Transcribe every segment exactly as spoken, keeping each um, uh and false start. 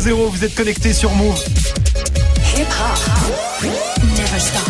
zéro, vous êtes connectés sur Move. Hip hop, never stop.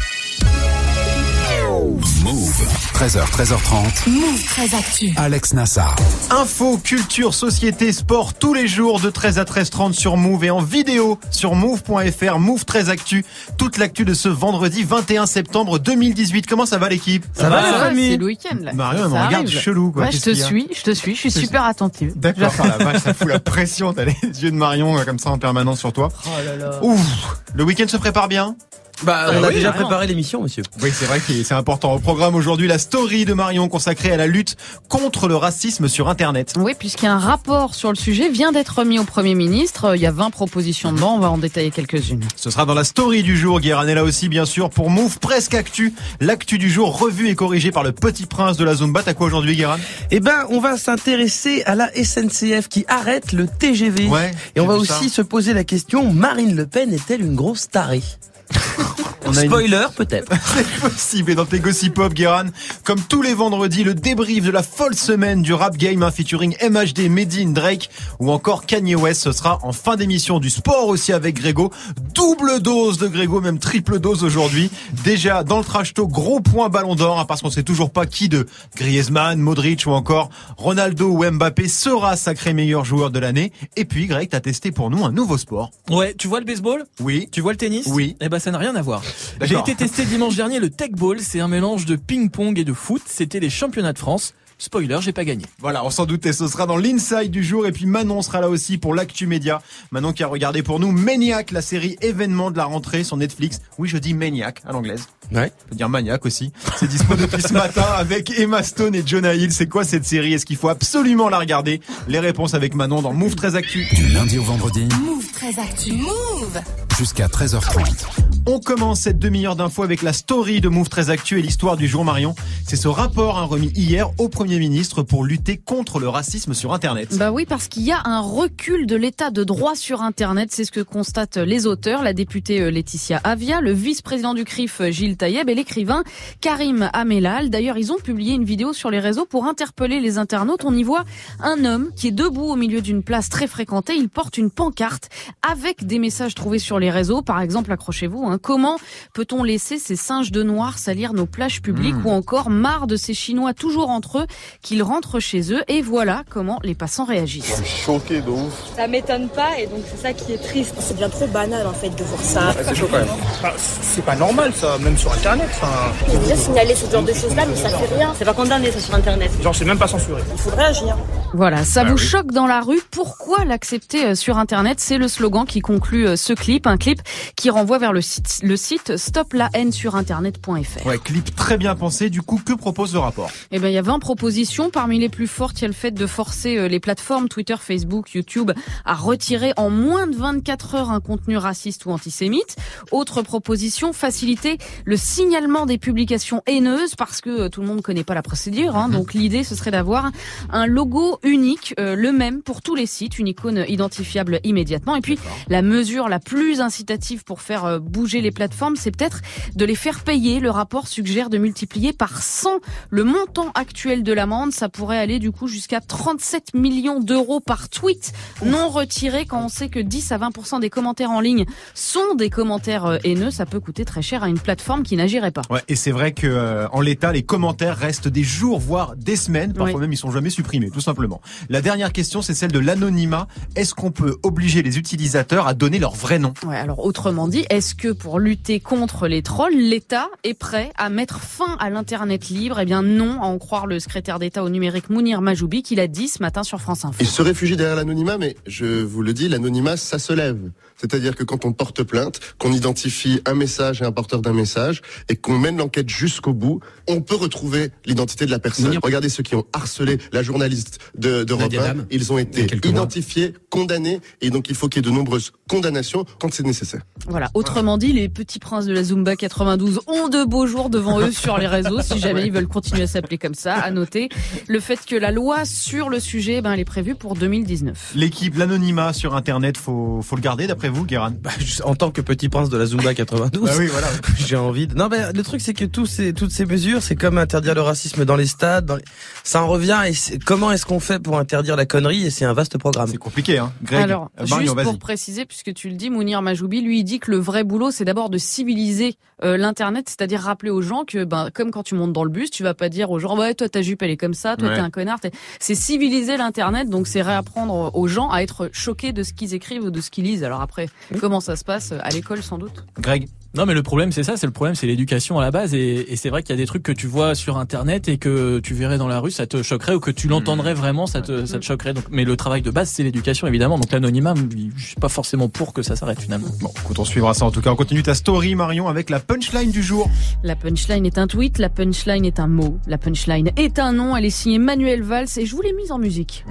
Move, treize heures, treize heures trente. Move très actu. Alex Nassar. Info, culture, société, sport, tous les jours de treize à treize trente sur Move et en vidéo sur move point f r. Move très actu. Toute l'actu de ce vendredi vingt et un septembre deux mille dix-huit. Comment ça va l'équipe? Ça, ça va, ça la va, famille. c'est le week-end là. Marion, elle me regarde chelou quoi. Ouais, je te suis, je te suis, je suis super attentive. D'accord, oh la vache, ça fout la pression. T'as les yeux de Marion comme ça en permanence sur toi. Oh là là. Ouf, le week-end se prépare bien. Bah, on Ah a oui, déjà vraiment. préparé l'émission, monsieur. Oui, c'est vrai que c'est important. Au programme aujourd'hui, la story de Marion consacrée à la lutte contre le racisme sur Internet. Oui, puisqu'un rapport sur le sujet vient d'être remis au Premier ministre. Il y a vingt propositions dedans, on va en détailler quelques-unes. Ce sera dans la story du jour. Guérin est là aussi, bien sûr, pour Move Presque Actu. L'actu du jour revue et corrigée par le petit prince de la Zumba. T'as quoi aujourd'hui, Guérin? Eh ben, on va s'intéresser à la S N C F qui arrête le T G V. Ouais, et on j'ai va vu aussi ça. se poser la question, Marine Le Pen est-elle une grosse tarée? On a une- Spoiler, peut-être. C'est possible. Et dans tes gossip pop, Guérin, comme tous les vendredis, le débrief de la folle semaine du rap game, hein, featuring M H D, Medine, Drake ou encore Kanye West. Ce sera en fin d'émission. Du sport aussi avec Grégo. Double dose de Grégo, même triple dose aujourd'hui. Déjà, dans le trash talk, gros point ballon d'or, hein, parce qu'on sait toujours pas qui de Griezmann, Modric ou encore Ronaldo ou Mbappé sera sacré meilleur joueur de l'année. Et puis, Greg, t'as testé pour nous un nouveau sport. Ouais, tu vois le baseball? Oui. Tu vois le tennis? Oui. Eh ben ça n'a rien à voir. J'ai D'accord. été testé dimanche dernier le tech ball, c'est un mélange de ping-pong et de foot, c'était les championnats de France. Spoiler, j'ai pas gagné. Voilà, on s'en doutait, ce sera dans l'inside du jour. Et puis Manon sera là aussi pour l'actu média. Manon qui a regardé pour nous Maniac, la série événement de la rentrée sur Netflix. Oui, je dis Maniac à l'anglaise. Ouais. On peut dire Maniac aussi. C'est dispo depuis ce matin avec Emma Stone et Jonah Hill. C'est quoi cette série? Est-ce qu'il faut absolument la regarder? Les réponses avec Manon dans Move très Actu. Du lundi au vendredi, Move très actu. Move. jusqu'à treize heures trente. On commence cette demi-heure d'infos avec la story de Move très Actu et l'histoire du jour, Marion. C'est ce rapport hein, remis hier au Premier ministre pour lutter contre le racisme sur Internet. Bah oui, parce qu'il y a un recul de l'état de droit sur Internet. C'est ce que constatent les auteurs, la députée Laetitia Avia, le vice-président du C R I F Gilles Taïeb et l'écrivain Karim Amelal. D'ailleurs, ils ont publié une vidéo sur les réseaux pour interpeller les internautes. On y voit un homme qui est debout au milieu d'une place très fréquentée. Il porte une pancarte avec des messages trouvés sur les réseaux. Par exemple, accrochez-vous, hein, comment peut-on laisser ces singes de noir salir nos plages publiques Mmh. ou encore marre de ces Chinois toujours entre eux qu'ils rentrent chez eux. Et voilà comment les passants réagissent. Choqué de ouf. Ça m'étonne pas et donc c'est ça qui est triste. Ça devient trop banal en fait de voir ça. C'est chaud quand même. Enfin, c'est pas normal ça, même sur internet. Enfin, J'ai déjà signalé ce genre de choses là mais ça fait rien. C'est pas condamné ça sur internet. genre c'est même pas censuré. Il faudrait agir. Voilà, ça Ah vous oui. choque dans la rue. Pourquoi l'accepter euh, sur Internet? C'est le slogan qui conclut euh, ce clip. Un clip qui renvoie vers le site, le site stop la haine sur internet point f r. Ouais, clip très bien pensé. Du coup, que propose le rapport? Eh ben, il y a vingt propositions. Parmi les plus fortes, il y a le fait de forcer euh, les plateformes Twitter, Facebook, YouTube à retirer en moins de vingt-quatre heures un contenu raciste ou antisémite. Autre proposition, faciliter le signalement des publications haineuses parce que euh, tout le monde connaît pas la procédure. Hein. Donc l'idée, ce serait d'avoir un logo unique, euh, le même pour tous les sites, une icône identifiable immédiatement. Et puis, la mesure la plus incitative pour faire euh, bouger les plateformes, c'est peut-être de les faire payer. Le rapport suggère de multiplier par cent le montant actuel de l'amende. Ça pourrait aller du coup jusqu'à trente-sept millions d'euros par tweet non retiré. Quand on sait que dix à vingt pour cent des commentaires en ligne sont des commentaires euh, haineux, ça peut coûter très cher à une plateforme qui n'agirait pas. Ouais, et c'est vrai que euh, en l'état, les commentaires restent des jours, voire des semaines. Parfois Oui. même, ils sont jamais supprimés, tout simplement. La dernière question, c'est celle de l'anonymat. Est-ce qu'on peut obliger les utilisateurs à donner leur vrai nom? Ouais, alors autrement dit, est-ce que pour lutter contre les trolls, l'État est prêt à mettre fin à l'Internet libre? Eh bien non, à en croire le secrétaire d'État au numérique Mounir Majoubi, qui l'a dit ce matin sur France Info. Il se réfugie derrière l'anonymat, mais je vous le dis, l'anonymat, ça se lève. C'est-à-dire que quand on porte plainte, qu'on identifie un message et un porteur d'un message, et qu'on mène l'enquête jusqu'au bout, on peut retrouver l'identité de la personne. Regardez ceux qui ont harcelé la journaliste de, de Europe un. Ils ont été identifiés, condamnés, et donc il faut qu'il y ait de nombreuses condamnations quand c'est nécessaire. Voilà, autrement dit, les petits princes de la Zumba quatre-vingt-douze ont de beaux jours devant eux sur les réseaux, si jamais ils veulent continuer à s'appeler comme ça. À noter le fait que la loi sur le sujet, ben, elle est prévue pour deux mille dix-neuf. L'équipe, l'anonymat sur Internet, faut, faut le garder d'après vous, Guérin? Bah, en tant que petit prince de la Zumba quatre-vingt-douze, Bah oui, voilà. j'ai envie de... Non, mais le truc, c'est que tous ces, toutes ces mesures, c'est comme interdire le racisme dans les stades. Dans les... Ça en revient. Et c'est... comment est-ce qu'on fait pour interdire la connerie? Et c'est un vaste programme. C'est compliqué, hein. hein. Greg, Alors, euh, Marion, juste vas-y. pour préciser, puisque tu le dis, Mounir Majoubi, lui, il dit que le vrai boulot, c'est d'abord de civiliser euh, l'Internet, c'est-à-dire rappeler aux gens que, ben, comme quand tu montes dans le bus, tu vas pas dire aux gens, ouais, toi, ta jupe, elle est comme ça, toi, Ouais. t'es un connard. T'es... C'est civiliser l'Internet, donc c'est réapprendre aux gens à être choqués de ce qu'ils écrivent ou de ce qu'ils lisent. Alors après, comment ça se passe à l'école, sans doute? Greg. Non, mais le problème, c'est ça, c'est le problème, c'est l'éducation à la base. Et, et c'est vrai qu'il y a des trucs que tu vois sur Internet et que tu verrais dans la rue, ça te choquerait, ou que tu l'entendrais vraiment, ça te, ça te choquerait. Donc, mais le travail de base, c'est l'éducation, évidemment. Donc l'anonymat, je suis pas forcément pour que ça s'arrête, finalement. Bon, écoute, on suivra ça en tout cas. On continue ta story, Marion, avec la punchline du jour. La punchline est un tweet, la punchline est un mot, la punchline est un nom, elle est signée Manuel Valls et je vous l'ai mise en musique.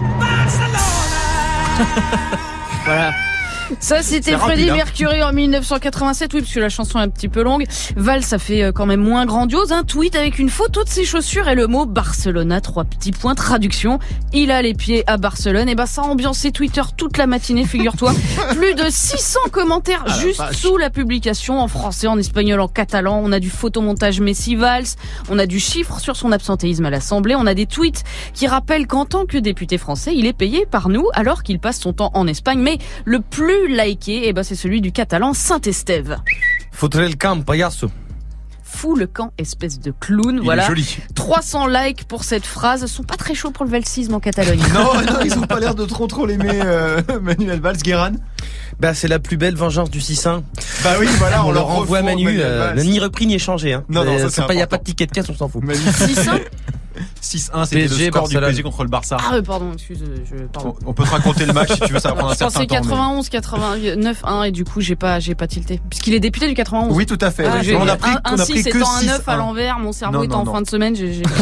Voilà. Ça, c'était C'est rapide, Freddie hein. Mercury en mille neuf cent quatre-vingt-sept, oui, parce que la chanson est un petit peu longue. Valls, ça fait euh, quand même moins grandiose. Un tweet avec une photo de ses chaussures et le mot Barcelona, trois petits points, traduction. Il a les pieds à Barcelone. Et bah, ça a ambiancé Twitter toute la matinée, figure-toi. Plus de six cents commentaires Ah, la juste vache. sous la publication, en français, en espagnol, en catalan. On a du photomontage Messi-Valls. On a du chiffre sur son absentéisme à l'Assemblée. On a des tweets qui rappellent qu'en tant que député français, il est payé par nous alors qu'il passe son temps en Espagne. Mais le plus liké, eh ben c'est celui du catalan Saint-Estève. Foutre le camp, payaso. Fous le camp, espèce de clown. Il voilà. est joli. trois cents likes pour cette phrase. Ils sont pas très chauds pour le valsisme en Catalogne. Non, non, ils ont pas l'air de trop trop l'aimer, euh, Manuel Valls. Guéran. Bah, c'est la plus belle vengeance du six un. Bah oui, voilà, on, on, leur renvoie refourgue Manu, Manuel euh, Valls. ni repris ni échangé, hein. Non, non, ça, c'est pas, y a important. pas de ticket de caisse, on s'en fout. Magnifique. six un six un, c'était P S G, le score Barcelone. du P S G contre le Barça. Ah euh, pardon, excuse, je pardon. On, on peut te raconter le match si tu veux, ça va prendre un Je certain pensais temps. mais- quatre-vingt-onze quatre-vingt-neuf un et du coup j'ai pas j'ai pas tilté puisqu'il est député du quatre-vingt-onze. Oui, tout à fait. Ah, j'ai- on a pris, un, on a un pris six que étant un six neuf à un. l'envers, mon cerveau Non, est non, en non. fin de semaine, j'ai, j'ai...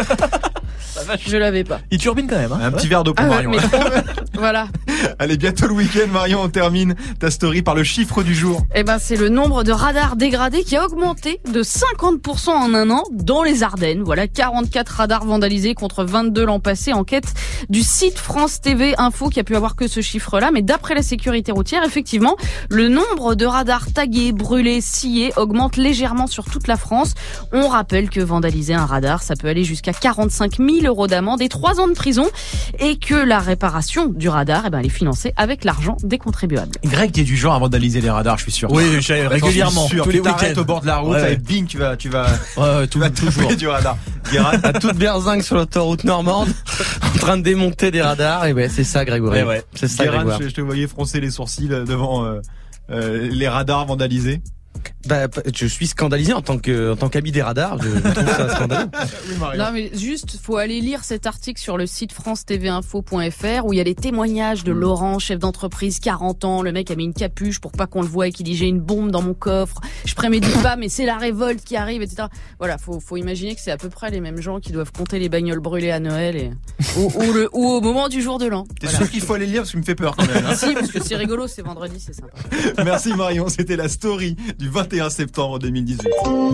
je l'avais pas. Il turbine quand même, hein. Un petit verre d'eau pour Ah ouais, Marion. mais là. trop. Voilà. Allez, bientôt le week-end, Marion, on termine ta story par le chiffre du jour. Eh ben, c'est le nombre de radars dégradés qui a augmenté de cinquante pour cent en un an dans les Ardennes. Voilà, quarante-quatre radars vandalisés contre vingt-deux l'an passé. Enquête du site France T V Info qui a pu avoir que ce chiffre-là. Mais d'après la sécurité routière, effectivement, le nombre de radars tagués, brûlés, sciés augmente légèrement sur toute la France. On rappelle que vandaliser un radar, ça peut aller jusqu'à quarante-cinq mille euros d'amende et trois ans de prison. Et que la réparation du radar, eh ben, elle est financée avec l'argent des contribuables. Greg, t'es du genre à vandaliser les radars, je suis sûr. Oui, j'ai- régulièrement, J'en suis sûr. tous Tu les t'arrêtes week-ends. au bord de la route, Ouais, là, ouais. et bing, tu vas, tu vas, Ouais, ouais, tu tout, vas te toujours. taper du radar. Guéran. À toute berzingue sur l'autoroute normande, en train de démonter des radars, et ouais, c'est ça, Grégory. Ouais, ouais. C'est ça, Guéran, Grégoire. je, je te voyais froncer les sourcils devant euh, euh, les radars vandalisés. Bah, je suis scandalisé en tant que, en tant qu'ami des radars. Je, je trouve ça scandaleux. Oui, Marion. Non mais juste, faut aller lire cet article sur le site france t v info point f r où il y a les témoignages de Laurent, chef d'entreprise, quarante ans. Le mec a mis une capuche pour pas qu'on le voie et qui dit j'ai une bombe dans mon coffre. Je prémédite pas, mais c'est la révolte qui arrive, et cetera. Voilà, faut, faut imaginer que c'est à peu près les mêmes gens qui doivent compter les bagnoles brûlées à Noël et ou, ou, le, ou au moment du jour de l'an. T'es Voilà. sûr qu'il faut aller lire parce que tu me fais peur quand même. hein. Si, parce que c'est rigolo, c'est vendredi, c'est sympa. Merci Marion, c'était la story du vingt et un septembre deux mille dix-huit.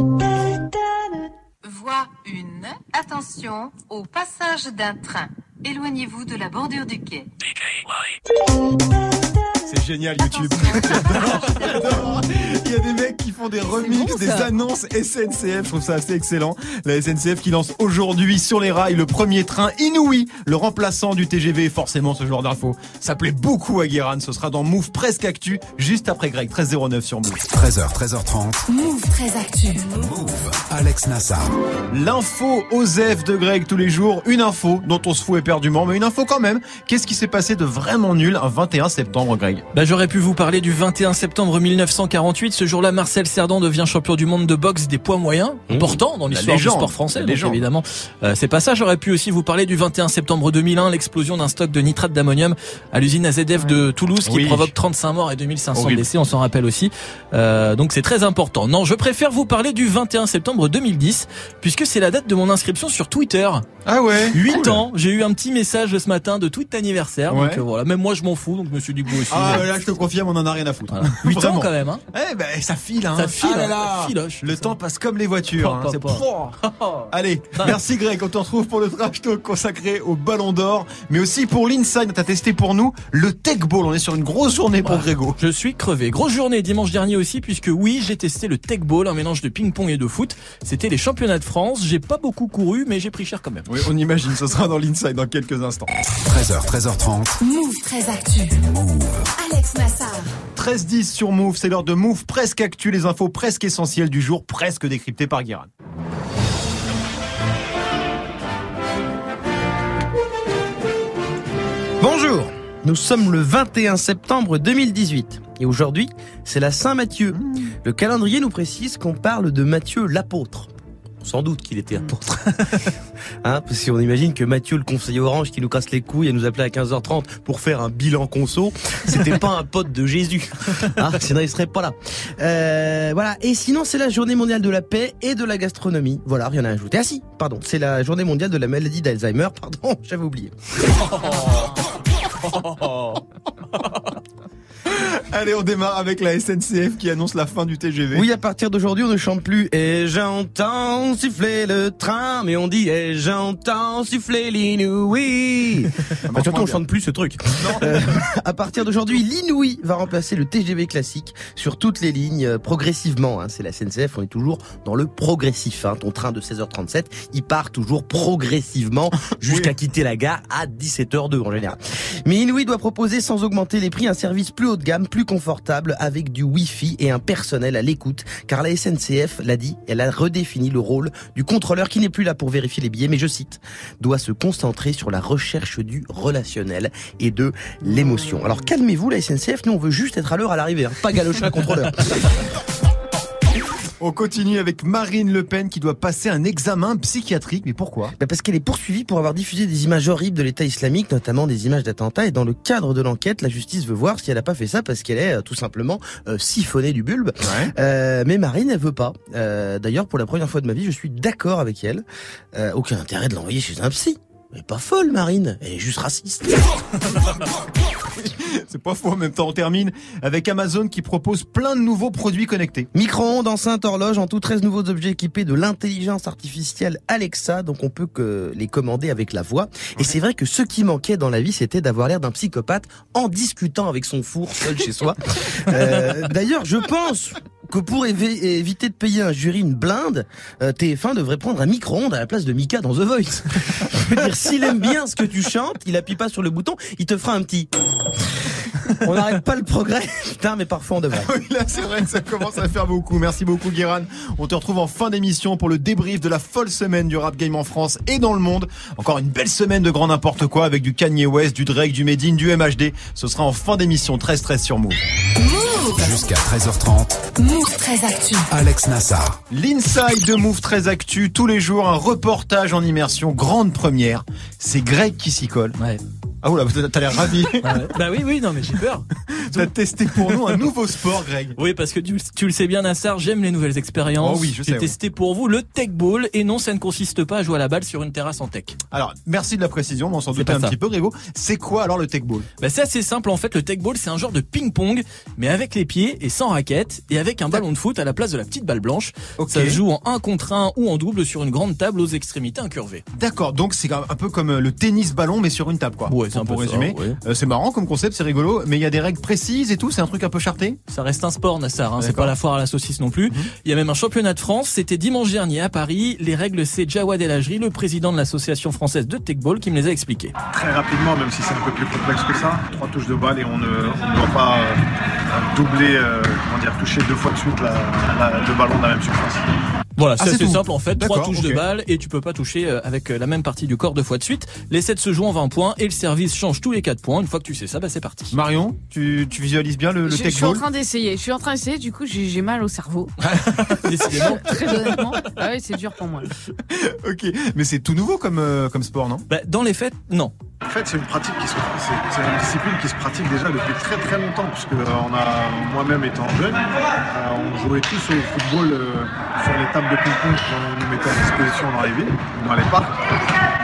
Voie une. Attention au passage d'un train. Éloignez-vous de la bordure du quai. C'est génial YouTube. J'adore, j'adore. Il y a des mecs qui font des remixes, bon, des ça. annonces S N C F. Je trouve ça assez excellent. La S N C F qui lance aujourd'hui sur les rails le premier train Inouï, le remplaçant du T G V. Forcément, ce genre d'info, ça plaît beaucoup à Guéran. Ce sera dans Move Presque Actu, juste après Greg, treize zéro neuf sur Move. treize heures, treize heures trente. Move très actu. Move. Alex Nassar. L'info Osef de Greg tous les jours. Une info dont on se fout éperdument, mais une info quand même. Qu'est-ce qui s'est passé de vraiment nul un vingt et un septembre, Greg? Bah, j'aurais pu vous parler du vingt et un septembre mille neuf cent quarante-huit. Ce jour-là, Marcel Cerdan devient champion du monde de boxe des poids moyens, Mmh. important dans La l'histoire du légende, sport français. la Donc, légende. évidemment, euh, c'est pas ça. J'aurais pu aussi vous parler du vingt et un septembre deux mille un, l'explosion d'un stock de nitrate d'ammonium à l'usine A Z F de Toulouse qui Oui. provoque trente-cinq morts et deux mille cinq cents Horrible. décès. On s'en rappelle aussi. Euh, donc c'est très important. Non, je préfère vous parler du vingt et un septembre deux mille dix puisque c'est la date de mon inscription sur Twitter. Ah ouais. huit Cool. ans. J'ai eu un petit message ce matin de tweet d'anniversaire. Ouais. Donc euh, voilà. Même moi, je m'en fous. Donc je me suis dit que vous aussi. Ah euh, là, je te confirme, on en a rien à foutre. Voilà. huit ans Vraiment. quand même, hein. Eh ben, et ça file, hein. Ça file, ah là là. ça filoche. Le temps passe comme les voitures. Oh, hein. oh, C'est... oh. Allez, merci Greg. On te retrouve pour le trash talk consacré au Ballon d'Or, mais aussi pour l'Inside. T'as testé pour nous le Tech Ball. On est sur une grosse journée pour Ouais. Grégo. Je suis crevé. Grosse journée dimanche dernier aussi, puisque oui, j'ai testé le Tech Ball, un mélange de ping-pong et de foot. C'était les championnats de France. J'ai pas beaucoup couru, mais j'ai pris cher quand même. Oui, on imagine. Ce sera dans l'Inside dans quelques instants. treize heures, treize heures trente. Move très actu. Alex Nassar. treize dix sur Move. C'est l'heure de Move presque actu. Les infos presque essentielles du jour, presque décryptées par Guérin. Bonjour, nous sommes le vingt et un septembre deux mille dix-huit et aujourd'hui c'est la Saint-Matthieu. Le calendrier nous précise qu'on parle de Matthieu l'apôtre. Sans doute qu'il était apôtre. Hein, parce qu'on imagine que Mathieu, le conseiller orange qui nous casse les couilles et nous appelait à quinze heures trente pour faire un bilan conso, c'était pas un pote de Jésus. Hein, sinon il serait pas là. Euh, voilà. Et sinon, c'est la journée mondiale de la paix et de la gastronomie. Voilà, rien à ajouter. Ah si, pardon, c'est la journée mondiale de la maladie d'Alzheimer. Pardon, j'avais oublié. Allez, on démarre avec la S N C F qui annonce la fin du T G V. Oui, à partir d'aujourd'hui, on ne chante plus « Et j'entends siffler le train », mais on dit « Et j'entends siffler l'inouï ». Bah, surtout, on chante plus ce truc. Euh, à partir d'aujourd'hui, l'inouï va remplacer le T G V classique sur toutes les lignes euh, progressivement. Hein. C'est la S N C F, on est toujours dans le progressif. Hein. Ton train de seize heures trente-sept, il part toujours progressivement jusqu'à oui. quitter la gare à dix-sept heures deux en général. Mais Inouï doit proposer sans augmenter les prix un service plus haut de gamme, plus confortable, avec du Wi-Fi et un personnel à l'écoute, car la S N C F l'a dit, elle a redéfini le rôle du contrôleur qui n'est plus là pour vérifier les billets, mais je cite, doit se concentrer sur la recherche du relationnel et de l'émotion. Alors calmez-vous la S N C F, nous on veut juste être à l'heure à l'arrivée, hein, pas galocher un contrôleur. On continue avec Marine Le Pen qui doit passer un examen psychiatrique. Mais pourquoi ? Bah parce qu'elle est poursuivie pour avoir diffusé des images horribles de l'État islamique, notamment des images d'attentats. Et dans le cadre de l'enquête, la justice veut voir si elle n'a pas fait ça parce qu'elle est euh, tout simplement euh, siphonnée du bulbe. Ouais. Euh, mais Marine, elle veut pas. Euh, d'ailleurs, pour la première fois de ma vie, je suis d'accord avec elle. Euh, aucun intérêt de l'envoyer chez un psy. Elle est pas folle, Marine. Elle est juste raciste. C'est pas faux. En même temps, on termine avec Amazon qui propose plein de nouveaux produits connectés. Micro-ondes, enceintes, horloges, en tout treize nouveaux objets équipés de l'intelligence artificielle Alexa. Donc on peut que les commander avec la voix. Et c'est vrai que ce qui manquait dans la vie, c'était d'avoir l'air d'un psychopathe en discutant avec son four seul chez soi. Euh, d'ailleurs, je pense que pour évi- éviter de payer un jury une blinde, euh, T F un devrait prendre un micro-ondes à la place de Mika dans The Voice. Je veux dire, s'il aime bien ce que tu chantes, il appuie pas sur le bouton, il te fera un petit... On n'arrête pas le progrès. Putain, mais parfois on devrait. Oui, là, c'est vrai que ça commence à faire beaucoup. Merci beaucoup, Guérin. On te retrouve en fin d'émission pour le débrief de la folle semaine du rap game en France et dans le monde. Encore une belle semaine de grand n'importe quoi avec du Kanye West, du Drake, du Medine, du M H D. Ce sera en fin d'émission treize treize sur Move. Move. Jusqu'à treize heures trente. Move très actu. Alex Nassar. L'inside de Move très actu. Tous les jours, un reportage en immersion. Grande première. C'est Greg qui s'y colle. Ouais. Ah oula, t'as l'air ravi. Ah ouais. Bah oui, oui, non mais j'ai peur. T'as testé pour nous un nouveau sport, Greg. Oui, parce que tu, tu le sais bien, Nassar, j'aime les nouvelles expériences. Oh oui, je sais. J'ai testé oui. pour vous le Tech Ball, et non, ça ne consiste pas à jouer à la balle sur une terrasse en tech. Alors, merci de la précision, mais on s'en doutait un ça. petit peu, Grégo. C'est quoi alors le Tech Ball ? Bah c'est assez simple en fait. Le Tech Ball, c'est un genre de ping-pong, mais avec les pieds et sans raquette, et avec un ballon de foot à la place de la petite balle blanche. Okay. Ça se joue en un contre un ou en double sur une grande table aux extrémités incurvées. D'accord, donc c'est un peu comme le tennis ballon, mais sur une table, quoi. Ouais, c'est un pour peu résumer. Ça, ouais. Euh, c'est marrant comme concept, c'est rigolo, mais il y a des règles précises et tout, c'est un truc un peu charté. Ça reste un sport, Nassar, hein, c'est pas la foire à la saucisse non plus. Mmh. Il y a même un championnat de France, c'était dimanche dernier à Paris. Les règles, c'est Jawad El Ajri, le président de l'association française de Tech Ball, qui me les a expliquées. Très rapidement, même si c'est un peu plus complexe que ça, trois touches de balle et on ne, on ne doit pas euh, doubler, euh, comment dire, toucher deux fois de suite la, la, le ballon de la même surface. Voilà, c'est ah, assez simple en fait, D'accord, trois touches okay. de balle et tu peux pas toucher avec la même partie du corps deux fois de suite. Les sets se jouent en vingt points et le service change tous les quatre points. Une fois que tu sais ça, bah c'est parti. Marion, tu, tu visualises bien le, le je, Tech Ball ? Je suis en train d'essayer, je suis en train d'essayer, du coup j'ai, j'ai mal au cerveau. Décidément. Très honnêtement, ah oui, c'est dur pour moi. Ok, mais c'est tout nouveau comme, euh, comme sport, non ? Bah, dans les faits, non. En fait, c'est une pratique qui se, c'est, c'est une discipline qui se pratique déjà depuis très très longtemps, puisque euh, on a, moi-même étant jeune, euh, on jouait tous au football euh, sur les tables de ping-pong qu'on nous mettait à disposition dans les villes, dans les parcs.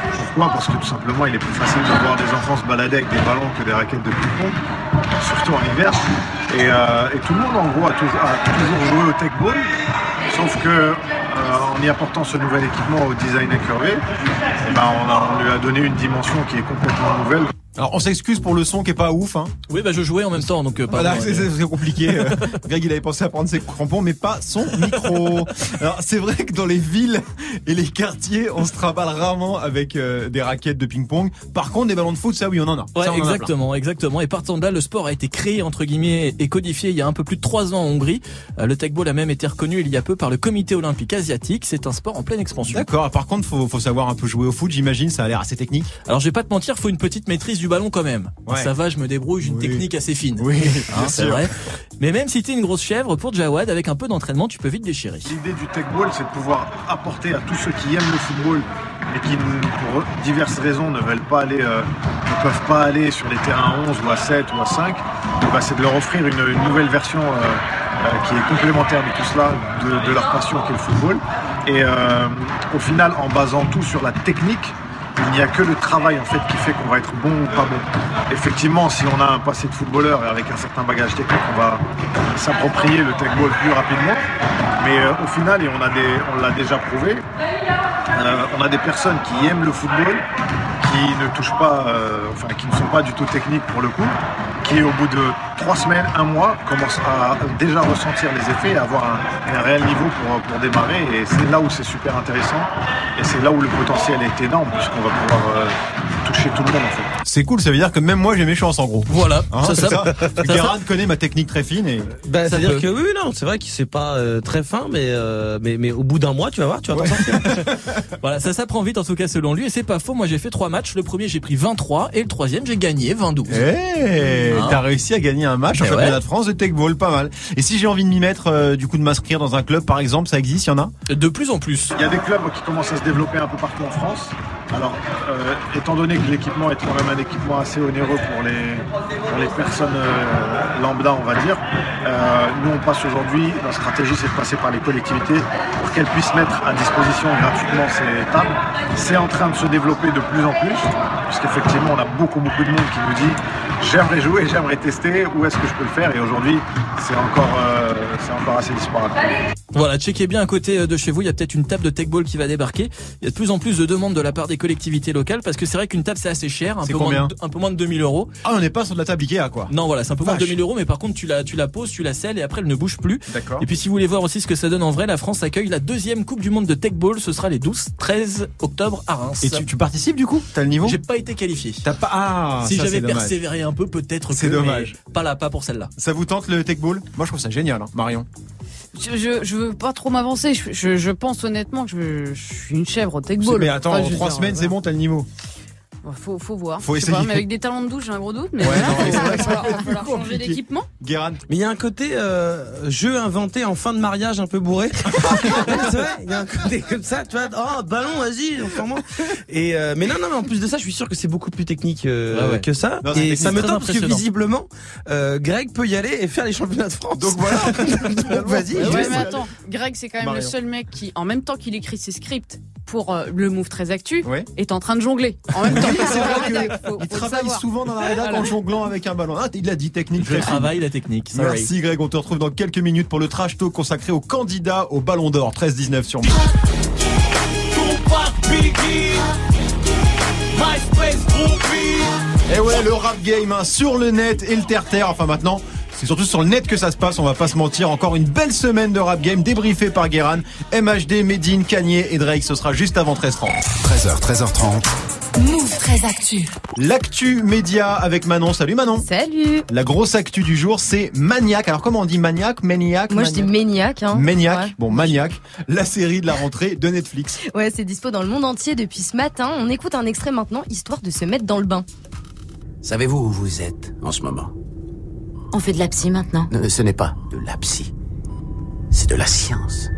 Pourquoi ? Parce que tout simplement, il est plus facile de voir des enfants se balader avec des ballons que des raquettes de ping-pong, surtout en hiver. Et, euh, et tout le monde, en gros, a toujours, a toujours joué au tech ball, sauf que euh, en y apportant ce nouvel équipement au design incurvé, eh ben, on, a, on lui a donné une dimension qui est complètement nouvelle. Alors on s'excuse pour le son qui est pas ouf, hein. Oui, bah je jouais en même temps, donc euh, pas. Voilà, moi, c'est, mais... c'est compliqué. Greg, il avait pensé à prendre ses crampons, mais pas son micro. Alors c'est vrai que dans les villes et les quartiers, on se trimballe rarement avec euh, des raquettes de ping-pong. Par contre, des ballons de foot, ça oui, on en a. Ouais, ça, on exactement, en a exactement. Et partant de là, le sport a été créé entre guillemets et codifié il y a un peu plus de trois ans en Hongrie. Euh, le tech ball a même été reconnu il y a peu par le Comité olympique asiatique. C'est un sport en pleine expansion. D'accord. Par contre, faut, faut savoir un peu jouer au foot. J'imagine, ça a l'air assez technique. Alors, je vais pas te mentir, faut une petite maîtrise du ballon quand même. Ouais. Ça va, je me débrouille, j'ai une oui. technique assez fine. Oui, hein, c'est sûr. vrai. Mais même si t'es une grosse chèvre, pour Jawad, avec un peu d'entraînement, tu peux vite déchirer. L'idée du tech ball, c'est de pouvoir apporter à tous ceux qui aiment le football et qui, pour diverses raisons, ne veulent pas aller, euh, ne peuvent pas aller sur les terrains à onze ou à sept ou à cinq, bah, c'est de leur offrir une, une nouvelle version euh, euh, qui est complémentaire de tout cela, de, de leur passion qui est le football. Et euh, au final, en basant tout sur la technique, il n'y a que le travail en fait qui fait qu'on va être bon ou pas bon. Effectivement, si on a un passé de footballeur et avec un certain bagage technique, on va s'approprier le tech ball plus rapidement. Mais euh, au final, et on a des, on l'a déjà prouvé, euh, on a des personnes qui aiment le football, qui ne touchent pas, euh, enfin qui ne sont pas du tout techniques pour le coup, qui au bout de trois semaines, un mois, commencent à déjà ressentir les effets et à avoir un, un réel niveau pour, pour démarrer. Et c'est là où c'est super intéressant et c'est là où le potentiel est énorme puisqu'on va pouvoir euh, toucher tout le monde en fait. C'est cool, ça veut dire que même moi j'ai mes chances en gros. Voilà, Hein, ça, c'est ça, ça. ça, Guérin connaît ma technique très fine et Bah, Ça c'est-à-dire peut. que oui, oui, non, c'est vrai que c'est pas euh, très fin, mais, euh, mais mais au bout d'un mois, tu vas voir, tu vas Ouais. t'en sortir. Voilà, ça s'apprend vite en tout cas selon lui et c'est pas faux. Moi j'ai fait trois matchs. Le premier j'ai pris vingt-trois et le troisième j'ai gagné vingt douze. hey, Hein. t'as réussi à gagner un match en Eh championnat ouais. de France de tech ball, pas mal. Et si j'ai envie de m'y mettre, euh, du coup de m'inscrire dans un club par exemple, ça existe, il y en a? De plus en plus. Il y a des clubs qui commencent à se développer un peu partout en France. Alors, euh, étant donné que l'équipement est quand même un équipement assez onéreux pour les, pour les personnes euh, lambda, on va dire, euh, nous on passe aujourd'hui, la stratégie c'est de passer par les collectivités pour qu'elles puissent mettre à disposition gratuitement ces tables. C'est en train de se développer de plus en plus, puisqu'effectivement on a beaucoup beaucoup de monde qui nous dit j'aimerais jouer, j'aimerais tester, où est-ce que je peux le faire? Et aujourd'hui c'est encore, euh, c'est encore assez disparate. Voilà, checkez bien à côté de chez vous, il y a peut-être une table de tech ball qui va débarquer. Il y a de plus en plus de demandes de la part des collectivités locales parce que c'est vrai qu'une table c'est assez cher, un C'est peu moins combien de, un peu moins de deux mille euros. Ah, on n'est pas sur de la table Ikea quoi. Non, voilà, c'est un peu moins de Vache. deux mille euros, mais par contre tu la tu la poses, tu la scelles et après elle ne bouge plus. D'accord. Et puis si vous voulez voir aussi ce que ça donne en vrai, la France accueille la deuxième Coupe du Monde de tech ball, ce sera les douze treize octobre à Reims. Et tu, tu participes du coup? T'as le niveau? J'ai pas été qualifié. T'as pas. Ah, si ça, j'avais c'est dommage. persévéré un peu, peut-être que. C'est dommage. mais Pas là, pas pour celle-là. Ça vous tente le tech ball? Moi je trouve ça génial, hein, Marion. Je, je, je veux pas trop m'avancer. Je, je, je pense honnêtement que je, je suis une chèvre au tech ball. Mais attends, Enfin, en je veux trois dire, semaine voilà. c'est bon, t'as le niveau. Faut, faut voir. Faut Je sais pas, essayer. mais avec des talons de douche, j'ai un gros doute. Mais Ouais, voilà, non, mais c'est faut- vrai que va falloir, c'est va falloir plus changer compliqué. d'équipement. Guérin. Mais il y a un côté euh, jeu inventé en fin de mariage un peu bourré. C'est vrai, il y a un côté comme ça, tu vois. Oh, ballon, vas-y, enfin Et euh, mais non, non, mais en plus de ça, je suis sûr que c'est beaucoup plus technique euh, Ouais, ouais. que ça. Non, c'est et technique, ça me très tente parce que impressionnant. visiblement, euh, Greg peut y aller et faire les championnats de France. Donc voilà. Donc, vas-y. Ouais, je mais laisse. attends, Greg, c'est quand même Marion. le seul mec qui, en même temps qu'il écrit ses scripts pour euh, le Move très actu, Ouais. est en train de jongler. En même temps, C'est vrai faut- que faut il le travaille savoir. souvent dans la rédac Voilà. en jonglant avec un ballon. Ah, il l'a dit, technique. Je très fine. travaille la technique. Sorry. Merci Greg, on te retrouve dans quelques minutes pour le trash talk consacré aux candidats au Ballon d'Or treize dix-neuf sur Move. Et ouais, le rap game hein, sur le net et le terre-terre. Enfin maintenant, c'est surtout sur le net que ça se passe, on va pas se mentir. Encore une belle semaine de rap game débriefée par Guérin, M H D, Medine, Kanye et Drake. Ce sera juste avant treize heures trente. treize heures, treize heures trente. Move très actu. L'actu média avec Manon. Salut Manon. Salut. La grosse actu du jour, c'est Maniac. Alors comment on dit Maniac, Maniac? Moi je dis Maniac. Hein. Maniac. Ouais. Bon, Maniac, la série de la rentrée de Netflix. Ouais, c'est dispo dans le monde entier depuis ce matin. On écoute un extrait maintenant, histoire de se mettre dans le bain. Savez-vous où vous êtes en ce moment? On fait de la psy maintenant. Ne, ce n'est pas de la psy, c'est de la science.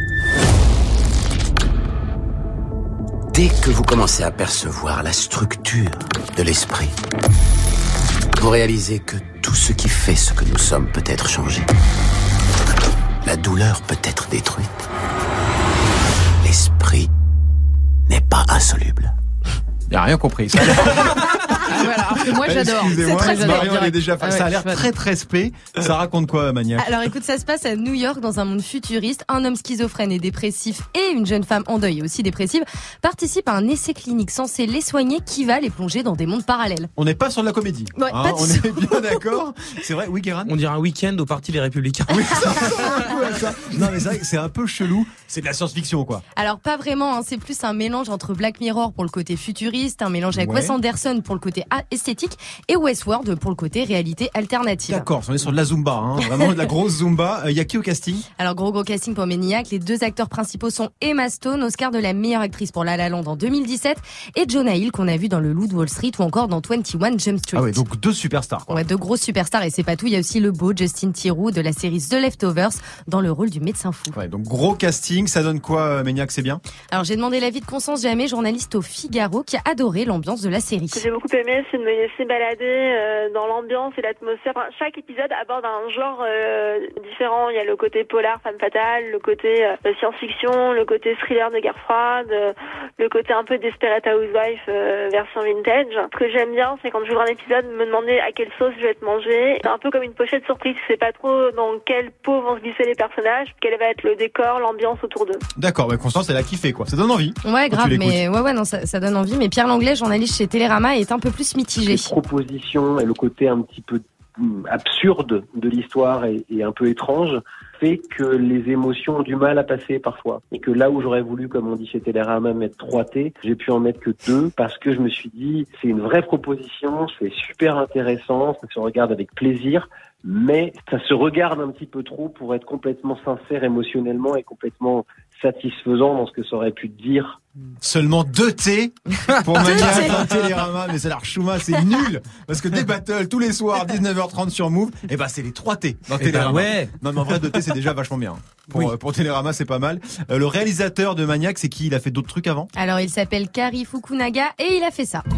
Dès que vous commencez à percevoir la structure de l'esprit, vous réalisez que tout ce qui fait ce que nous sommes peut être changé. La douleur peut être détruite. L'esprit n'est pas insoluble. Il a rien compris. Ça Ah, voilà, alors que moi j'adore. Excusez-moi, C'est très Marion, elle est déjà Ah ouais, ça a l'air je suis fan. très très spé. Ça raconte quoi, Maniac? Alors écoute, ça se passe à New York dans un monde futuriste. Un homme schizophrène et dépressif et une jeune femme en deuil et aussi dépressive participent à un essai clinique censé les soigner qui va les plonger dans des mondes parallèles. On n'est pas sur de la comédie. Ouais, hein, pas de on tout. est bien d'accord. C'est vrai, oui, Guérin. On dirait un week-end au parti Les Républicains. Oui, ça ressemble un peu à ça. Non, mais c'est vrai que c'est un peu chelou. C'est de la science-fiction, quoi. Alors pas vraiment, hein, c'est plus un mélange entre Black Mirror pour le côté futuriste, un mélange avec Ouais. Wes Anderson pour le côté a- esthétique et Westworld pour le côté réalité alternative. D'accord, on est sur de la Zumba, hein. Vraiment de la grosse Zumba. Il y a qui au casting? Alors gros gros casting pour Maniac, les deux acteurs principaux sont Emma Stone, Oscar de la meilleure actrice pour La La Land en deux mille dix-sept, et Jonah Hill qu'on a vu dans Le Loup de Wall Street ou encore dans vingt et un Jump Street. Ah ouais, donc deux superstars, quoi. Ouais, deux grosses superstars et c'est pas tout, il y a aussi le beau Justin Theroux de la série The Leftovers dans le rôle du médecin fou. Ouais, donc gros casting, ça donne quoi, euh, Maniac, c'est bien? Alors j'ai demandé l'avis de Constance Jamais, journaliste au Figaro, qui a adoré l'ambiance de la série. Ce que j'ai beaucoup aimé, c'est de me laisser balader euh, dans l'ambiance et l'atmosphère. Enfin, chaque épisode aborde un genre euh, différent. Il y a le côté polar, femme fatale, le côté euh, science-fiction, le côté thriller de guerre froide, euh, le côté un peu Desperate Housewife euh, version vintage. Ce que j'aime bien, c'est quand j'ouvre un épisode, me demander à quelle sauce je vais être mangée. C'est un peu comme une pochette surprise. Je sais pas trop dans quelle peau vont se glisser les personnages, quel va être le décor, l'ambiance autour d'eux. D'accord, bah Constance, elle a kiffé, quoi. Ça donne envie. Ouais, quand grave, tu l'écoutes. mais ouais, ouais, non, ça, ça donne envie. Mais Pierre Langlais, journaliste chez Télérama, est un peu plus mitigé. Les propositions et le côté un petit peu hum, absurde de l'histoire et, et un peu étrange fait que les émotions ont du mal à passer parfois. Et que là où j'aurais voulu, comme on dit chez Télérama, mettre trois T, j'ai pu en mettre que deux parce que je me suis dit, c'est une vraie proposition, c'est super intéressant, ça se regarde avec plaisir, mais ça se regarde un petit peu trop pour être complètement sincère émotionnellement et complètement satisfaisant dans ce que ça aurait pu dire. Seulement deux T pour Maniac dans Télérama, mais c'est l'Archouma, c'est nul. Parce que des battles tous les soirs, dix-neuf heures trente sur Move, et bah c'est les trois T dans Eh Télérama. ben ouais. Non mais en vrai deux T c'est déjà vachement bien. Pour, Oui. euh, pour Télérama c'est pas mal. Euh, le réalisateur de Maniac, c'est qui? Il a fait d'autres trucs avant? Alors il s'appelle Kari Fukunaga et il a fait ça.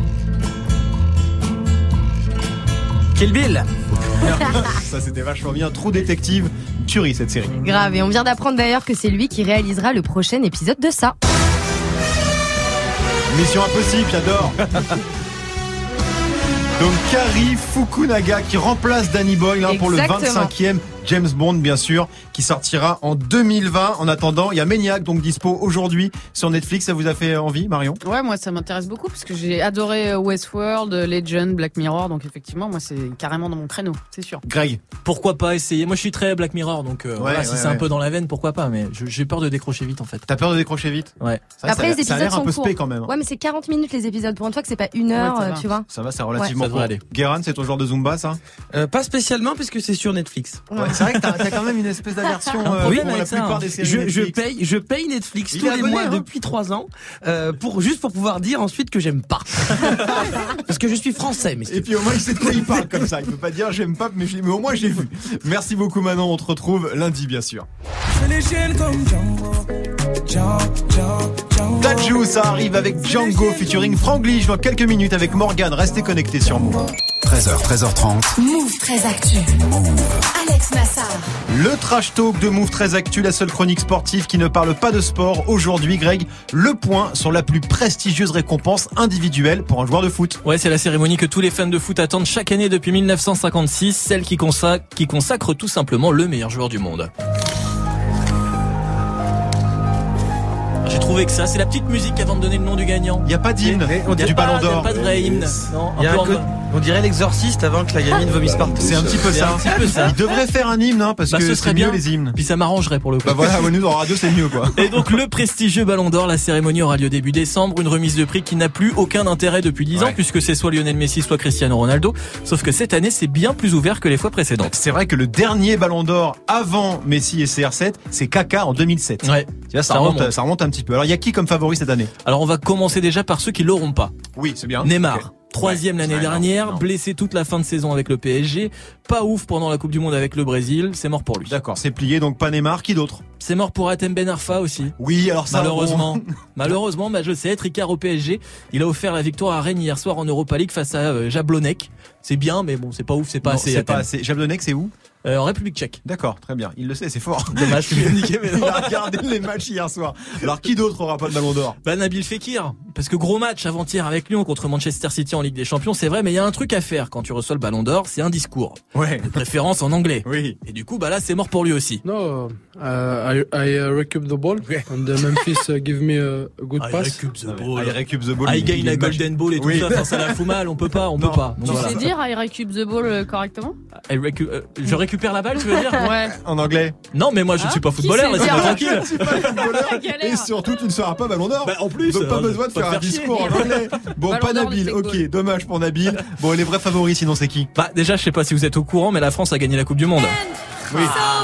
Kill Bill. Ça c'était vachement bien. Trou détective, tuerie cette série. Grave, et on vient d'apprendre d'ailleurs que c'est lui qui réalisera le prochain épisode de ça. Mission impossible, j'adore. Donc Kari Fukunaga qui remplace Danny Boyle hein, pour le Exactement. vingt-cinquième James Bond bien sûr, qui sortira en deux mille vingt. En attendant, il y a Maniac donc dispo aujourd'hui sur Netflix. Ça vous a fait envie, Marion? Ouais, moi ça m'intéresse beaucoup parce que j'ai adoré euh, Westworld, Legend, Black Mirror, donc effectivement moi c'est carrément dans mon créneau, c'est sûr. Greg, Pourquoi pas essayer? Moi je suis très Black Mirror, donc euh, voilà, si ouais, c'est ouais. un peu dans la veine, pourquoi pas, mais je- j'ai peur de décrocher vite en fait. t'as peur de décrocher vite? Ouais. C'est vrai, Après ça, les ça a épisodes l'air un sont peu courts. spé quand même. Ouais, mais c'est quarante minutes les épisodes. Pour une fois que c'est pas une heure, Ouais, ça euh, va. tu vois. Ça va, c'est relativement Ça devrait court. aller. Guérin, c'est ton genre de Zumba, ça? Euh, pas spécialement puisque c'est sur Netflix. Ouais, c'est vrai que t'as, t'as quand même une espèce d'aversion Un euh, problème pour la avec ça, plupart hein. des séries Je, je Netflix. paye, je paye Netflix Il tous est les abonné, mois hein. depuis trois ans, euh, pour juste pour pouvoir dire ensuite que j'aime pas. Parce que je suis français, mais Et puis au moins il sait de quoi il parle comme ça. Il peut pas dire j'aime pas, mais, j'ai- mais au moins j'ai vu. Merci beaucoup Manon, on te retrouve lundi bien sûr. Dadju, ça arrive avec Django featuring Franglish dans quelques minutes avec Morgane. Restez connectés sur Move. treize heures, treize heures trente. Move très actu. Alex Nassar. Le trash talk de Move très actu, la seule chronique sportive qui ne parle pas de sport. Aujourd'hui, Greg, le point sur la plus prestigieuse récompense individuelle pour un joueur de foot. Ouais, c'est la cérémonie que tous les fans de foot attendent chaque année depuis mille neuf cent cinquante-six, celle qui consacre, qui consacre tout simplement le meilleur joueur du monde. J'ai trouvé que ça, c'est la petite musique avant de donner le nom du gagnant. Il n'y a pas d'hymne Mais on Il y a du pas- Ballon il y a d'Or. pas de vrai hymne. Non, il y a un un peu co- en- on dirait l'exorciste avant que la gamine vomisse partout. C'est un petit peu C'est ça. un petit peu ça. Il devrait faire un hymne, hein, parce Bah, que ce c'est serait mieux bien. les hymnes. Puis ça m'arrangerait pour le coup. Bah voilà, ouais, nous en radio c'est mieux quoi. Et donc le prestigieux Ballon d'Or, la cérémonie aura lieu début décembre, une remise de prix qui n'a plus aucun intérêt depuis dix ans Ouais. puisque c'est soit Lionel Messi soit Cristiano Ronaldo, sauf que cette année c'est bien plus ouvert que les fois précédentes. C'est vrai que le dernier Ballon d'Or avant Messi et C R sept, c'est Kaka en deux mille sept. Ouais. Tu vois, ça, Ça remonte, remonte. ça remonte un petit peu. Alors il y a qui comme favori cette année? Alors on va commencer déjà par ceux qui l'auront pas. Oui, c'est bien. Neymar. Ok. Troisième Ouais, l'année ouais, non, dernière, non. blessé toute la fin de saison avec le P S G, pas ouf pendant la Coupe du Monde avec le Brésil, c'est mort pour lui. D'accord, c'est plié, donc pas Neymar, qui d'autre? C'est mort pour Hatem Ben Arfa aussi. Oui, alors ça. Malheureusement, bon. malheureusement, bah je sais, Ricard au P S G, il a offert la victoire à Rennes hier soir en Europa League face à euh, Jablonec. C'est bien, mais bon, c'est pas ouf, c'est pas Non, assez. c'est pas Hatem. assez. Jablonec, c'est où? euh, En République tchèque. D'accord, très bien. Il le sait, c'est fort. Dommage, tu l'as niqué, mais non. Il a regardé les matchs hier soir. Alors, qui d'autre aura pas le ballon d'or? Bah, Nabil Fekir. Parce que gros match avant-hier avec Lyon contre Manchester City en Ligue des Champions, c'est vrai, mais il y a un truc à faire quand tu reçois le ballon d'or, c'est un discours. Ouais. De préférence en anglais. Oui. Et du coup, bah là, c'est mort pour lui aussi. No, uh, I, I uh, recoup the ball and uh, Memphis uh, give me a, a good I pass. recoup the ball. I recoup the ball. I gain a golden ball et tout oui. ça. Enfin, ça la fout mal, on peut pas, on non. peut pas. Tu Donc, sais voilà. dire I recoup the ball euh, correctement? I recu- euh, je récupère la balle, tu veux dire? Ouais. En anglais. Non, mais moi, je ne Ah, suis pas qui footballeur, sait laisse-moi dire tranquille. Je suis pas footballeur. La galère. Et surtout, tu ne seras pas ballon d'or. Bah, en plus. Donc, pas euh, besoin de pas faire un faire chier. discours en anglais. Bon, Ballon pas d'or Nabil. de Ok, football. dommage pour Nabil. Bon, les vrais favoris, sinon, c'est qui? Bah, déjà, je sais pas si vous êtes au courant, mais la France a gagné la Coupe du Monde. Oui.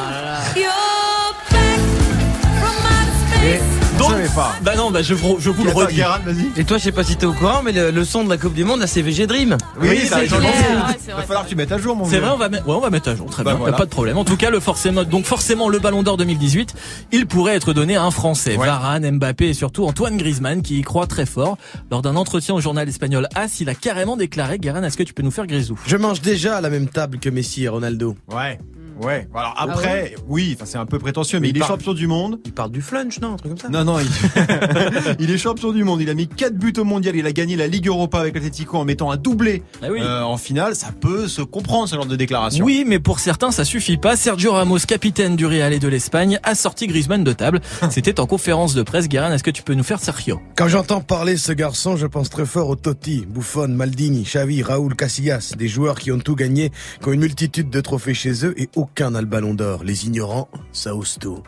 Et Donc, je savais pas. Bah non, bah je, vous- je vous le Attends, redis. Guérin, vas-y. Et toi, je sais pas si t'es au courant, mais le, le son de la Coupe du Monde, là, c'est V G Dream. Oui, c'est ça, clair. j'en ai Ouais, pensé. c'est Il vrai, va falloir que tu mettes à jour, mon C'est vieux. vrai, on va mettre, ouais, on va mettre à jour. Très Bah bien, voilà. pas de problème. En tout cas, le forcément, donc forcément, le Ballon d'Or deux mille dix-huit, il pourrait être donné à un Français. Ouais. Varane, Mbappé et surtout Antoine Griezmann, qui y croit très fort. Lors d'un entretien au journal espagnol As, il a carrément déclaré, Guérin, est-ce que tu peux nous faire grisou? Je mange déjà à la même table que Messi et Ronaldo. Ouais. Ouais. Alors après, oui, enfin c'est un peu prétentieux, mais il, il est parle- champion du monde. Il parle du flunch, non? Un truc comme ça? Non, non, il... il est champion du monde. Il a mis quatre buts au mondial. Il a gagné la Ligue Europa avec l'Atlético en mettant un doublé Ah oui. euh, en finale. Ça peut se comprendre, ce genre de déclaration. Oui, mais pour certains, ça suffit pas. Sergio Ramos, capitaine du Real et de l'Espagne, a sorti Griezmann de table. C'était en conférence de presse. Guérin, est-ce que tu peux nous faire Sergio? Quand j'entends parler ce garçon, je pense très fort au Totti, Buffon, Maldini, Xavi, Raúl, Casillas, des joueurs qui ont tout gagné, qui ont une multitude de trophées chez eux et aucun n'a le ballon d'or. Les ignorants, ça ose tout.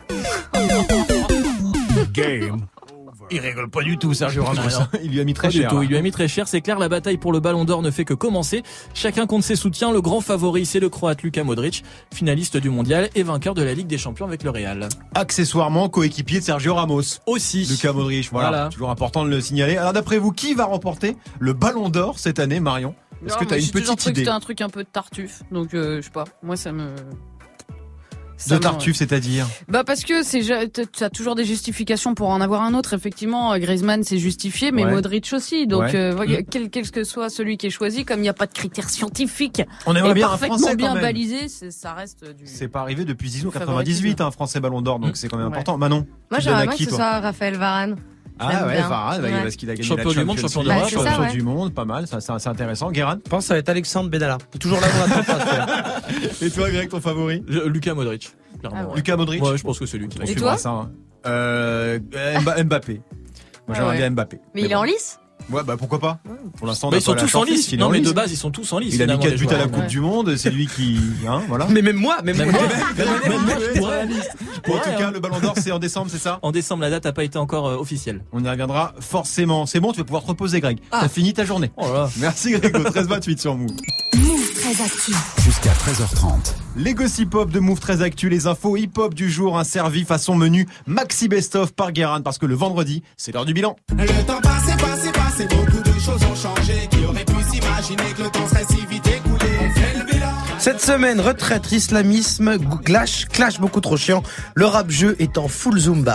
Game. Il rigole pas du tout, Sergio Ramos. Non, non. Il lui a mis Très très cher. Il lui a mis très cher. C'est clair, la bataille pour le Ballon d'Or ne fait que commencer. Chacun compte ses soutiens. Le grand favori, c'est le Croate Luka Modric, finaliste du Mondial et vainqueur de la Ligue des Champions avec le Real. Accessoirement coéquipier de Sergio Ramos. Aussi. Luka Modric, voilà. Voilà. Toujours important de le signaler. Alors d'après vous, qui va remporter le Ballon d'Or cette année, Marion? Est-ce Non, que moi, t'as une j'ai toujours petite cru que idée C'était un truc un peu de Tartuffe, donc euh, je sais pas. Moi, ça me. de Ça me- Tartuffe, c'est-à-dire? Bah parce que c'est ja- t'as- t'as toujours des justifications pour en avoir un autre. Effectivement, Griezmann c'est justifié, mais Ouais. Modric aussi. Donc Ouais. euh, voilà, quel, quel que soit celui qui est choisi, comme il n'y a pas de critères scientifiques On aimerait et bien un parfaitement Français, quand bien même. balisé, c'est- ça reste du. C'est pas arrivé depuis dix-huit Du quatre-vingt-dix-huit, un Français Ballon d'Or, donc c'est quand même Ouais. important. Manon? Moi, tu j'aimerais donnes à bien qui, que ce toi soit Raphaël Varane. Ah J'aime ouais, bien. Varane, bah, Ouais. parce qu'il a gagné Champion la du monde, Champions champion League, d'Europe. Bah, c'est ça, champion ouais. du monde, pas mal, ça c'est c'est intéressant. Guérin? Je pense que ça va être Alexandre Benalla. Toujours là dans la trappe. Et toi, Greg, ton favori? Je- Luka Modric. Clairement, Ah ouais. ouais. Lucas Modric? Ouais, je pense que c'est lui qui On Et suivra toi ça, hein. Euh, Mba- Mbappé. Moi, Ah j'aimerais ouais. bien Mbappé. Mais il est bon. en lice? Ouais, bah pourquoi pas? Pour l'instant, on Bah, a ils sont pas la tous en shortlist, lice. il est Non, en mais de lice. base, ils sont tous en lice. Il a mis finalement, quatre les buts à la joueurs. Coupe Ouais. du Monde, c'est lui qui, hein, voilà. Mais même moi, même Même moi. moi, même moi, je pourrais. Bon, en tout Ouais, cas, hein. le Ballon d'Or, c'est en décembre, c'est ça? En décembre, la date n'a pas été encore euh, officielle. On y reviendra forcément. C'est bon, tu vas pouvoir te reposer, Greg. T'as fini ta journée. Oh là là. Merci, Grégo. treize vingt-huit sur Move. Move très actu. Jusqu'à treize heures trente. Les gossip hop de Move très actu, les infos hip hop du jour, un servi façon menu Maxi Best of par Guérin, parce que le vendredi, c'est l'heure du bilan. Le temps passé, passé, passé, beaucoup de choses ont changé. Qui aurait pu s'imaginer que le temps serait si vite écoulé? On fait le bilan. Cette semaine, retraite, islamisme, clash, clash beaucoup trop chiant. Le rap-jeu est en full Zumba.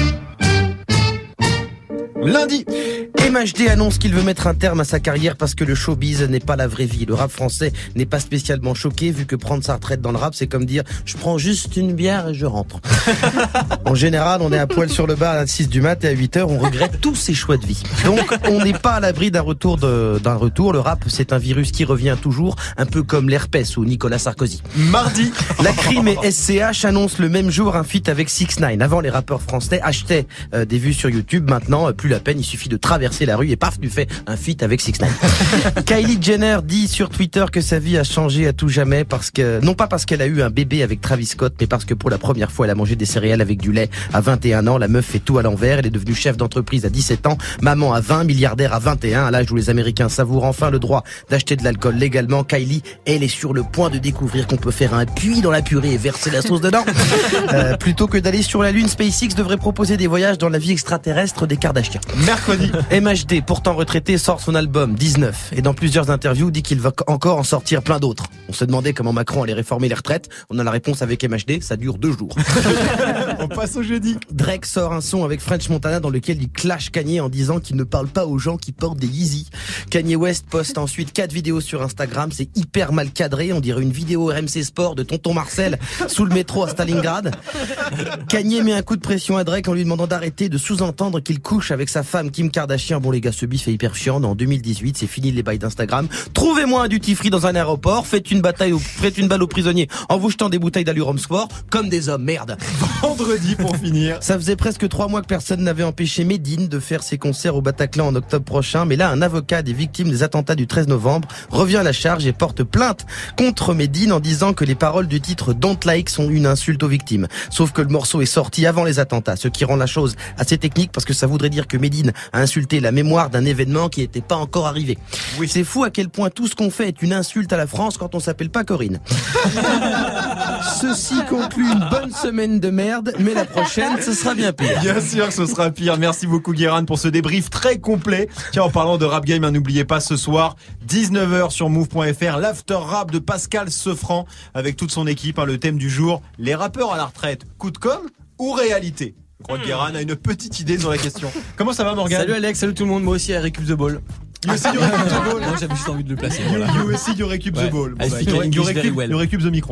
Lundi, M H D annonce qu'il veut mettre un terme à sa carrière parce que le showbiz n'est pas la vraie vie. Le rap français n'est pas spécialement choqué vu que prendre sa retraite dans le rap, c'est comme dire je prends juste une bière et je rentre. En général, on est à poil sur le bar à six du mat et à huit heures, on regrette tous ses choix de vie. Donc, on n'est pas à l'abri d'un retour de, d'un retour. Le rap, c'est un virus qui revient toujours, un peu comme l'herpès ou Nicolas Sarkozy. mardi, La Crime et S C H annoncent le même jour un feat avec six ix. Avant, les rappeurs français achetaient euh, des vues sur YouTube. Maintenant, euh, plus la peine, il suffit de traverser la rue et paf, tu fais un feat avec six ix. Kylie Jenner dit sur Twitter que sa vie a changé à tout jamais parce que, non pas parce qu'elle a eu un bébé avec Travis Scott, mais parce que pour la première fois, elle a mangé des céréales avec du lait à vingt et un ans. La meuf fait tout à l'envers. Elle est devenue chef d'entreprise à dix-sept ans, maman à vingt, milliardaire à vingt et un, à l'âge où les Américains savourent enfin le droit d'acheter de l'alcool légalement. Kylie, elle est sur le point de découvrir qu'on peut faire un puits dans la purée et verser la sauce dedans. Euh, plutôt que d'aller sur la Lune, SpaceX devrait proposer des voyages dans la vie extraterrestre des Kardashians. mercredi, M H D, pourtant retraité, sort son album dix-neuf et dans plusieurs interviews dit qu'il va encore en sortir plein d'autres. On se demandait comment Macron allait réformer les retraites. On a la réponse avec M H D, ça dure deux jours. On passe au jeudi. Drake sort un son avec French Montana dans lequel il clash Kanye en disant qu'il ne parle pas aux gens qui portent des Yeezy. Kanye West poste ensuite quatre vidéos sur Instagram, c'est hyper mal cadré, on dirait une vidéo R M C Sport de tonton Marcel sous le métro à Stalingrad. Kanye met un coup de pression à Drake en lui demandant d'arrêter de sous-entendre qu'il couche avec sa femme Kim Kardashian. Bon les gars, ce bif est hyper chiant. En deux mille dix-huit, c'est fini les bails d'Instagram. Trouvez-moi un duty free dans un aéroport, faites une bataille, au, faites une balle aux prisonniers en vous jetant des bouteilles d'Alurom Sport comme des hommes, merde. Vendredi pour finir. Ça faisait presque trois mois que personne n'avait empêché Medine de faire ses concerts au Bataclan en octobre prochain, mais là un avocat des victimes des attentats du treize novembre revient à la charge et porte plainte contre Medine en disant que les paroles du titre Don't Like sont une insulte aux victimes. Sauf que le morceau est sorti avant les attentats, ce qui rend la chose assez technique parce que ça voudrait dire que Medine a insulté la mémoire d'un événement qui n'était pas encore arrivé. Oui. C'est fou à quel point tout ce qu'on fait est une insulte à la France quand on s'appelle pas Corinne. Ceci conclut une bonne semaine de merde, mais la prochaine, ce sera bien pire. Bien sûr que ce sera pire. Merci beaucoup Guérin pour ce débrief très complet. Tiens, en parlant de Rap Game, hein, n'oubliez pas ce soir, dix-neuf heures sur move point f r, l'after rap de Pascal Sefranc avec toute son équipe. Hein, le thème du jour, les rappeurs à la retraite, coup de com' ou réalité? Je crois que Guérin a une petite idée sur la question. Comment ça va Morgane? Salut Alex, salut tout le monde, moi aussi à Récup the Ball. You aussi you récup the ball. Moi j'avais juste envie de le placer. You, you aussi you récup the ball. I speak English very well. You récup the micro.